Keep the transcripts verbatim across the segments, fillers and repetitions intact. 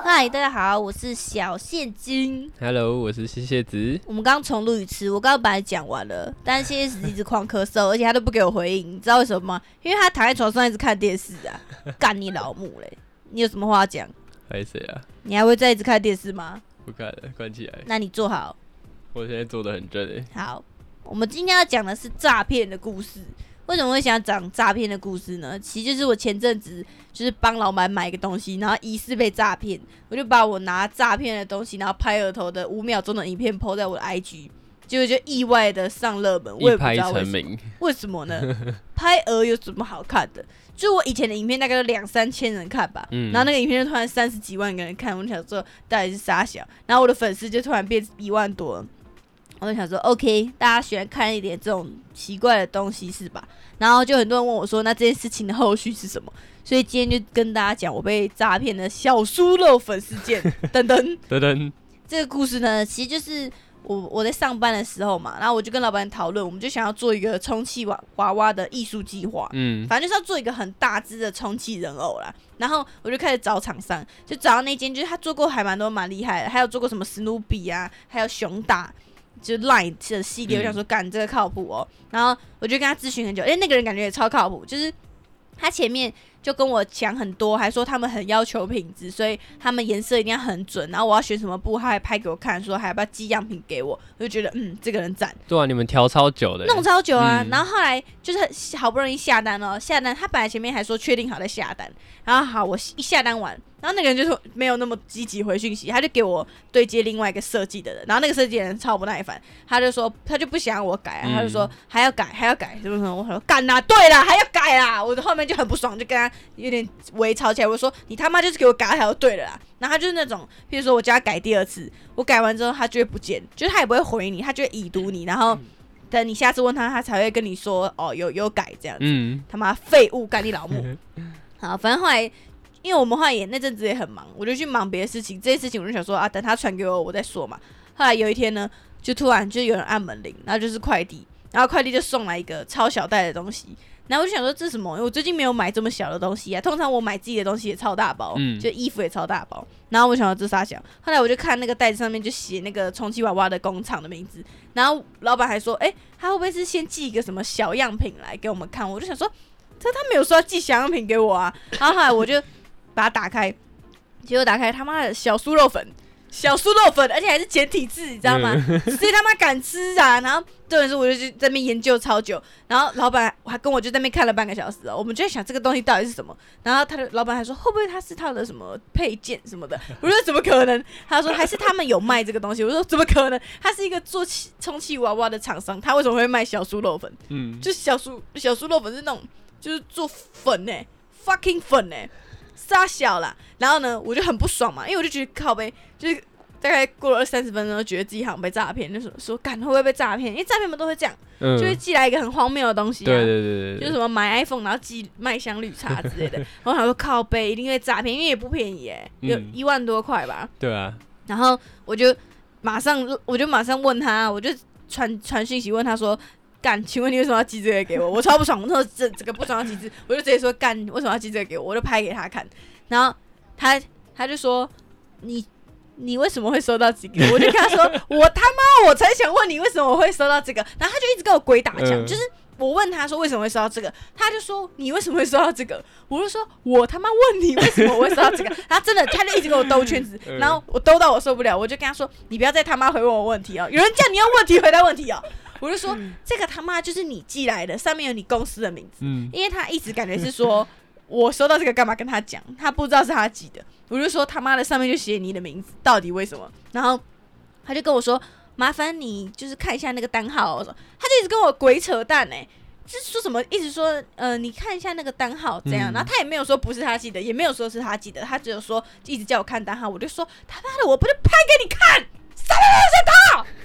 嗨，大家好，我是小现金。 Hello， 我是谢谢子。 我们刚重录一次，我刚刚本来讲完了，但是谢谢子一直狂咳嗽，而且他都不给我回应，你知道为什么吗？因为他躺在床上一直看电视啊，干你老母嘞！你有什么话讲？ 拍谁啊？ 你还会再一直看电视吗？ 不看了，关起来。 那你坐好。 我现在坐得很正诶。 好，我们今天要讲的是诈骗的故事。为什么会想讲诈骗的故事呢？其实就是我前阵子就是帮老板买一个东西，然后疑似被诈骗，我就把我拿诈骗的东西，然后拍额头的五秒钟的影片 po 在我的 I G， 结果就意外的上热门，我也不知道为什么。为什么呢？拍额有什么好看的？就我以前的影片大概有两三千人看吧，嗯、然后那个影片就突然三十几万个人看，我就想说到底是啥小，然后我的粉丝就突然变一万多了。我就想说 ，OK， 大家喜欢看一点这种奇怪的东西是吧？然后就很多人问我说，那这件事情的后续是什么？所以今天就跟大家讲我被诈骗的小酥肉粉事件，噔噔噔噔。 这个故事呢，其实就是我我在上班的时候嘛，然后我就跟老板讨论，我们就想要做一个充气娃娃娃的艺术计划，嗯，反正就是要做一个很大只的充气人偶啦。然后我就开始找厂商，就找到那间，就是他做过还蛮多蛮厉害的，还有做过什么史努比啊，还有熊大。就 Line 的系列，我想说干这个靠谱哦，然后我就跟他咨询很久，哎，那个人感觉也超靠谱，就是他前面就跟我讲很多，还说他们很要求品质，所以他们颜色一定要很准，然后我要选什么布，他还拍给我看，说还要不要寄样品给我，我就觉得嗯，这个人赞。 对啊，你们调超久的， 弄超久啊，嗯、然后后来就是好不容易下单哦，下单他本来前面还说确定好再下单，然后好我一下单完。然后那个人就是没有那么积极回讯息，他就给我对接另外一个设计的人，然后那个设计的人超不耐烦，他就说他就不想让我改、啊嗯，他就说还要改还要改，什么什么，我说干啦，对啦，还要改啦，我后面就很不爽，就跟他有点微吵起来，我说你他妈就是给我改还要对了啦，然后他就是那种，譬如说我叫他改第二次，我改完之后他就会不见，就是他也不会回你，他就会已读你，然后等你下次问他，他才会跟你说哦有有改这样子，嗯、他妈废物干你老母，好，反正后来。因为我们后来也那阵子也很忙，我就去忙别的事情。这些事情我就想说啊，等他传给我，我再说嘛。后来有一天呢，就突然就有人按门铃，然后就是快递，然后快递就送来一个超小袋的东西。然后我就想说这是什么？因为我最近没有买这么小的东西啊。通常我买自己的东西也超大包，嗯、就衣服也超大包。然后我想说这啥小？后来我就看那个袋子上面就写那个充气娃娃的工厂的名字。然后老板还说，哎、欸，他会不会是先寄一个什么小样品来给我们看？我就想说，这他没有说要寄小样品给我啊。然后后来我就。把它打开，结果打开他妈的小酥肉粉，小酥肉粉，而且还是简体字，你知道吗？所以他妈敢吃啊！然后重点是我就在那边研究超久，然后老板还跟我就在那边看了半个小时哦，我们就在想这个东西到底是什么。然后他的老板还说会不会他是他的什么配件什么的？我说怎么可能？他说还是他们有卖这个东西。我说怎么可能？他是一个做充气娃娃的厂商，他为什么会卖小酥肉粉？嗯，就是小酥小酥肉粉是那种就是做粉哎、欸、，fucking 粉哎、欸。傻小啦，然后呢，我就很不爽嘛，因为我就觉得靠北，就是大概过了二三十分钟，就觉得自己好像被诈骗，就说说干会不会被诈骗？因为诈骗们都会这样，嗯、就会寄来一个很荒谬的东西、啊， 对对对对， 就是什么买 iPhone 然后寄麦香绿茶之类的，然后我想说靠北一定会诈骗，因为也不便宜耶、欸，有一万多块吧、嗯。对啊，然后我就马上我就马上问他，我就传传讯息问他说。干，请问你为什么要寄这个给我？我超不爽，我那时候整整个不爽到极致，我就直接说干，为什么要寄这个给我？我就拍给他看，然后他他就说你你为什么会收到这个？我就跟他说我他妈我才想问你为什么我会收到这个，然后他就一直跟我鬼打墙，嗯、就是我问他说为什么会收到这个，他就说你为什么会收到这个？我就说我他妈问你为什么我会收到这个，然后真的他就一直给我兜圈子，然后我兜到我受不了，我就跟他说你不要再他妈回问我问题哦，有人叫你用问题回答问题哦。我就说、嗯、这个他妈就是你寄来的，上面有你公司的名字，嗯、因为他一直感觉是说我收到这个干嘛跟他讲，他不知道是他寄的，我就说他妈的上面就写你的名字，到底为什么？然后他就跟我说麻烦你就是看一下那个单号，我说他就一直跟我鬼扯淡哎、欸，就是说什么一直说呃你看一下那个单号这样，嗯、然后他也没有说不是他寄的，也没有说是他寄的，他只有说一直叫我看单号，我就说他妈的我不是拍给你看，什么东西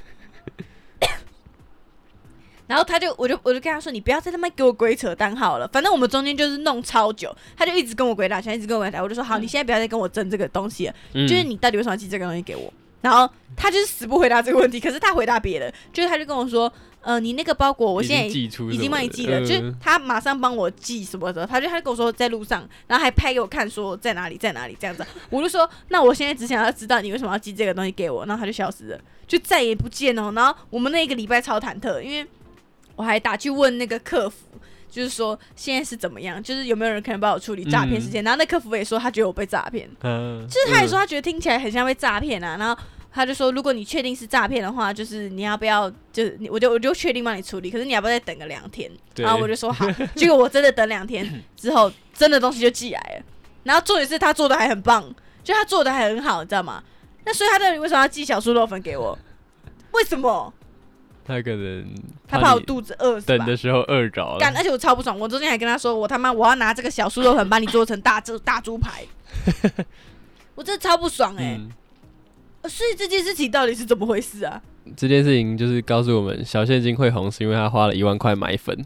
然后他就，我就，我就跟他说，你不要再他妈给我鬼扯单号了。反正我们中间就是弄超久，他就一直跟我鬼打墙，一直跟我鬼打。我就说好，你现在不要再跟我争这个东西了，嗯、就是你到底为什么要寄这个东西给我？ 然后他就是死不回答这个问题，可是他回答别的，就是他就跟我说，呃，你那个包裹我现在已经寄出已经帮你寄了， 嗯、 就是他马上帮我寄什么的，他就他就跟我说在路上，然后还拍给我看说在哪里在哪里这样子，我就说那我现在只想要知道你为什么要寄这个东西给我，然后他就消失了，就再也不见了。然后我们那一个礼拜超忐忑，因为我还打去问那个客服。就是说现在是怎么样，就是有没有人可能帮我处理诈骗事件、嗯、然后那客服也说他觉得我被诈骗、嗯、就是他也说他觉得听起来很像被诈骗啊、嗯、然后他就说如果你确定是诈骗的话，就是你要不要就是我就我就确定帮你处理，可是你要不要再等个两天，然后我就说好结果我真的等两天之后真的东西就寄来了，然后重点是他做的还很棒，就他做的还很好，你知道吗？那所以他到底为什么要寄小酥肉粉给我？为什么？ 他可能他怕我肚子饿， 等的时候饿着了。 干，而且我超不爽，我昨天还跟他说，我他妈我要拿这个小酥肉粉把你做成大猪大猪排，我真的超不爽哎、欸嗯。所以这件事情到底是怎么回事啊？ 这件事情就是告诉我们，小现金会红是因为他花了一万块买粉。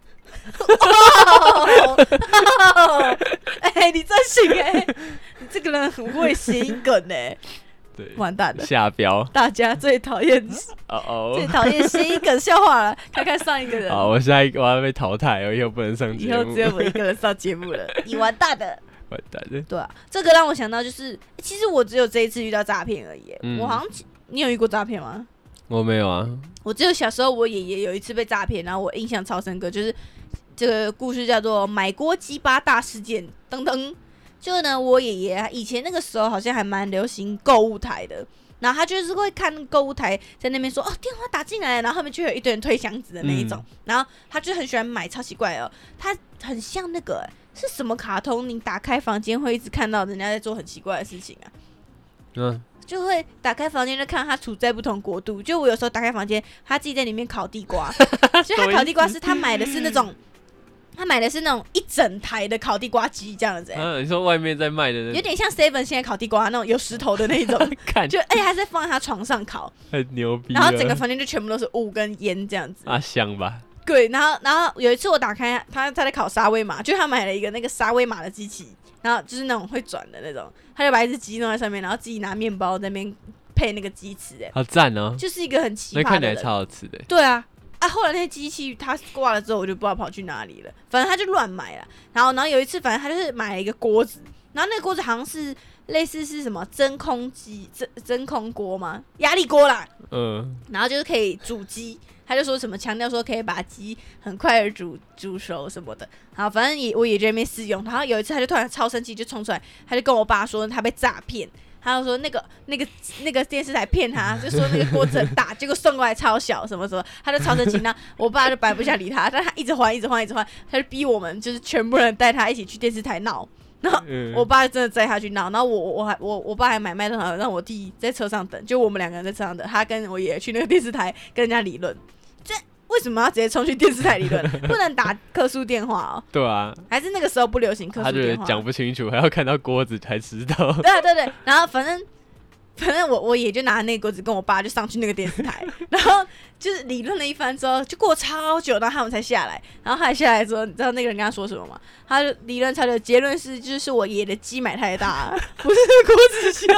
哎、欸，你真行哎、欸，你这个人很会谐音梗哎、欸。完蛋了， 下标！ 大家最讨厌哦哦，最讨厌谐音梗笑话了。看看上一个人， 好，我下一个我要被淘汰，我以后不能上节目， 以后只有我一个人上节目了，你完蛋了， 完蛋了。 对啊，这个让我想到就是，其实我只有这一次遇到诈骗而已、嗯。我好像你有遇过诈骗吗？ 我没有啊， 我只有小时候我爷爷有一次被诈骗，然后我印象超深刻，就是这个故事叫做买锅鸡巴大事件，噔噔。就呢，我爷爷以前那个时候好像还蛮流行购物台的，然后他就是会看购物台在那边说哦电话打进来了，然后后面就有一堆人推箱子的那一种、嗯，然后他就很喜欢买，超奇怪哦，他很像那个、欸、是什么卡通？你打开房间会一直看到人家在做很奇怪的事情啊，嗯，就会打开房间就看他处在不同国度，就我有时候打开房间，他自己在里面烤地瓜，所以他烤地瓜是他买的是那种。他买的是那种一整台的烤地瓜机这样子、欸， 啊，你说外面在卖的那， 有点像 Seven 现在烤地瓜那种有石头的那种，就哎、欸，还是放在他床上烤， 很牛逼。然后整个房间就全部都是雾跟烟这样子， 啊香吧？ 对，然后然后有一次我打开他他在烤沙威玛，就他买了一个那个沙威玛的机器，然后就是那种会转的那种，他就把一只鸡弄在上面，然后自己拿面包在那边配那个鸡翅，哎， 好赞哦， 就是一个很奇葩的人， 那看起来超好吃的， 对啊。啊！后来那些机器他挂了之后，我就不知道跑去哪里了。反正他就乱买了。然后，然后有一次，反正他就是买了一个锅子，然后那个锅子好像是类似是什么真空机、真真空锅吗？压力锅啦。嗯。然后就是可以煮鸡，他就说什么强调说可以把鸡很快的煮煮熟什么的。好，反正也我也在那边试用。然后有一次，他就突然超生气，就冲出来，他就跟我爸说他被诈骗。他就说那个那个那个电视台骗他，就说那个锅子很大，结果送过来超小，什么什么，他就超生气。那我爸就本来不想理他，但他一直还，一直还，一直还，他就逼我们就是全部人带他一起去电视台闹。然后我爸就真的载他去闹，然后我我还我我爸还买麦当劳让我弟在车上等，就我们两个人在车上等，他跟我爷爷去那个电视台跟人家理论。这为什么要直接冲去电视台理论？不能打客诉电话哦？ 对啊， 还是那个时候不流行客诉电话， 他就讲不清楚，还要看到锅子才知道。 对对对，然后反正反正我我也就拿那个锅子跟我爸就上去那个电视台，然后就是理论了一番之后，就过超久，然后他们才下来。然后他下来之后，你知道那个人跟他说什么吗？他就理论超久，结论是就是我爷爷的鸡买太大了，不是那个锅子小。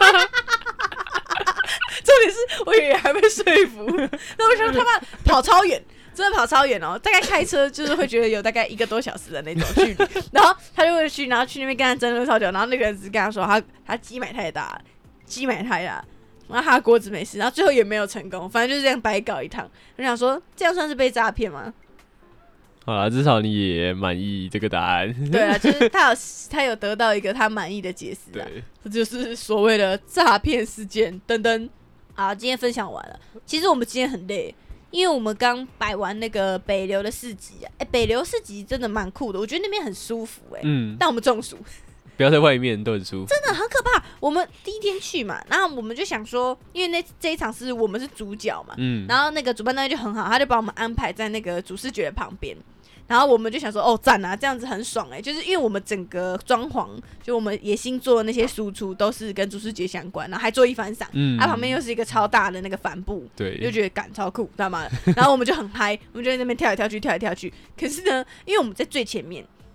重点是我爷爷还被说服，那我想他妈跑超远，真的跑超远哦，大概开车就是会觉得有大概一个多小时的那种距离。然后他就会去，然后去那边跟他争论超久，然后那个人只跟他说他他鸡买太大了，鸡买太大，然后他的锅子没事，然后最后也没有成功，反正就是这样白搞一趟。我想说，这样算是被诈骗吗？ 好啦，至少你也满意这个答案。 对啊，就是他有他有得到一个他满意的解释啊，这就是所谓的诈骗事件。等等，好，今天分享完了。其实我们今天很累，因为我们刚摆完那个北流的市集啊，哎、欸，北流市集真的蛮酷的，我觉得那边很舒服哎、欸。嗯。但我们中暑。 不要在外面都很舒服， 真的很可怕。我们第一天去嘛，然后我们就想说，因为那这一场是我们是主角嘛，嗯，然后那个主办单位就很好，他就把我们安排在那个主视觉的旁边。然后我们就想说，哦，赞啊，这样子很爽哎、欸！就是因为我们整个装潢，就我们野心做的那些输出都是跟主视觉相关，然后还做一番伞，嗯，它、啊、旁边又是一个超大的那个帆布， 对， 就觉得感超酷，知道吗？然后我们就很嗨，我们就在那边跳来跳去，跳来跳去。可是呢，因为我们在最前面，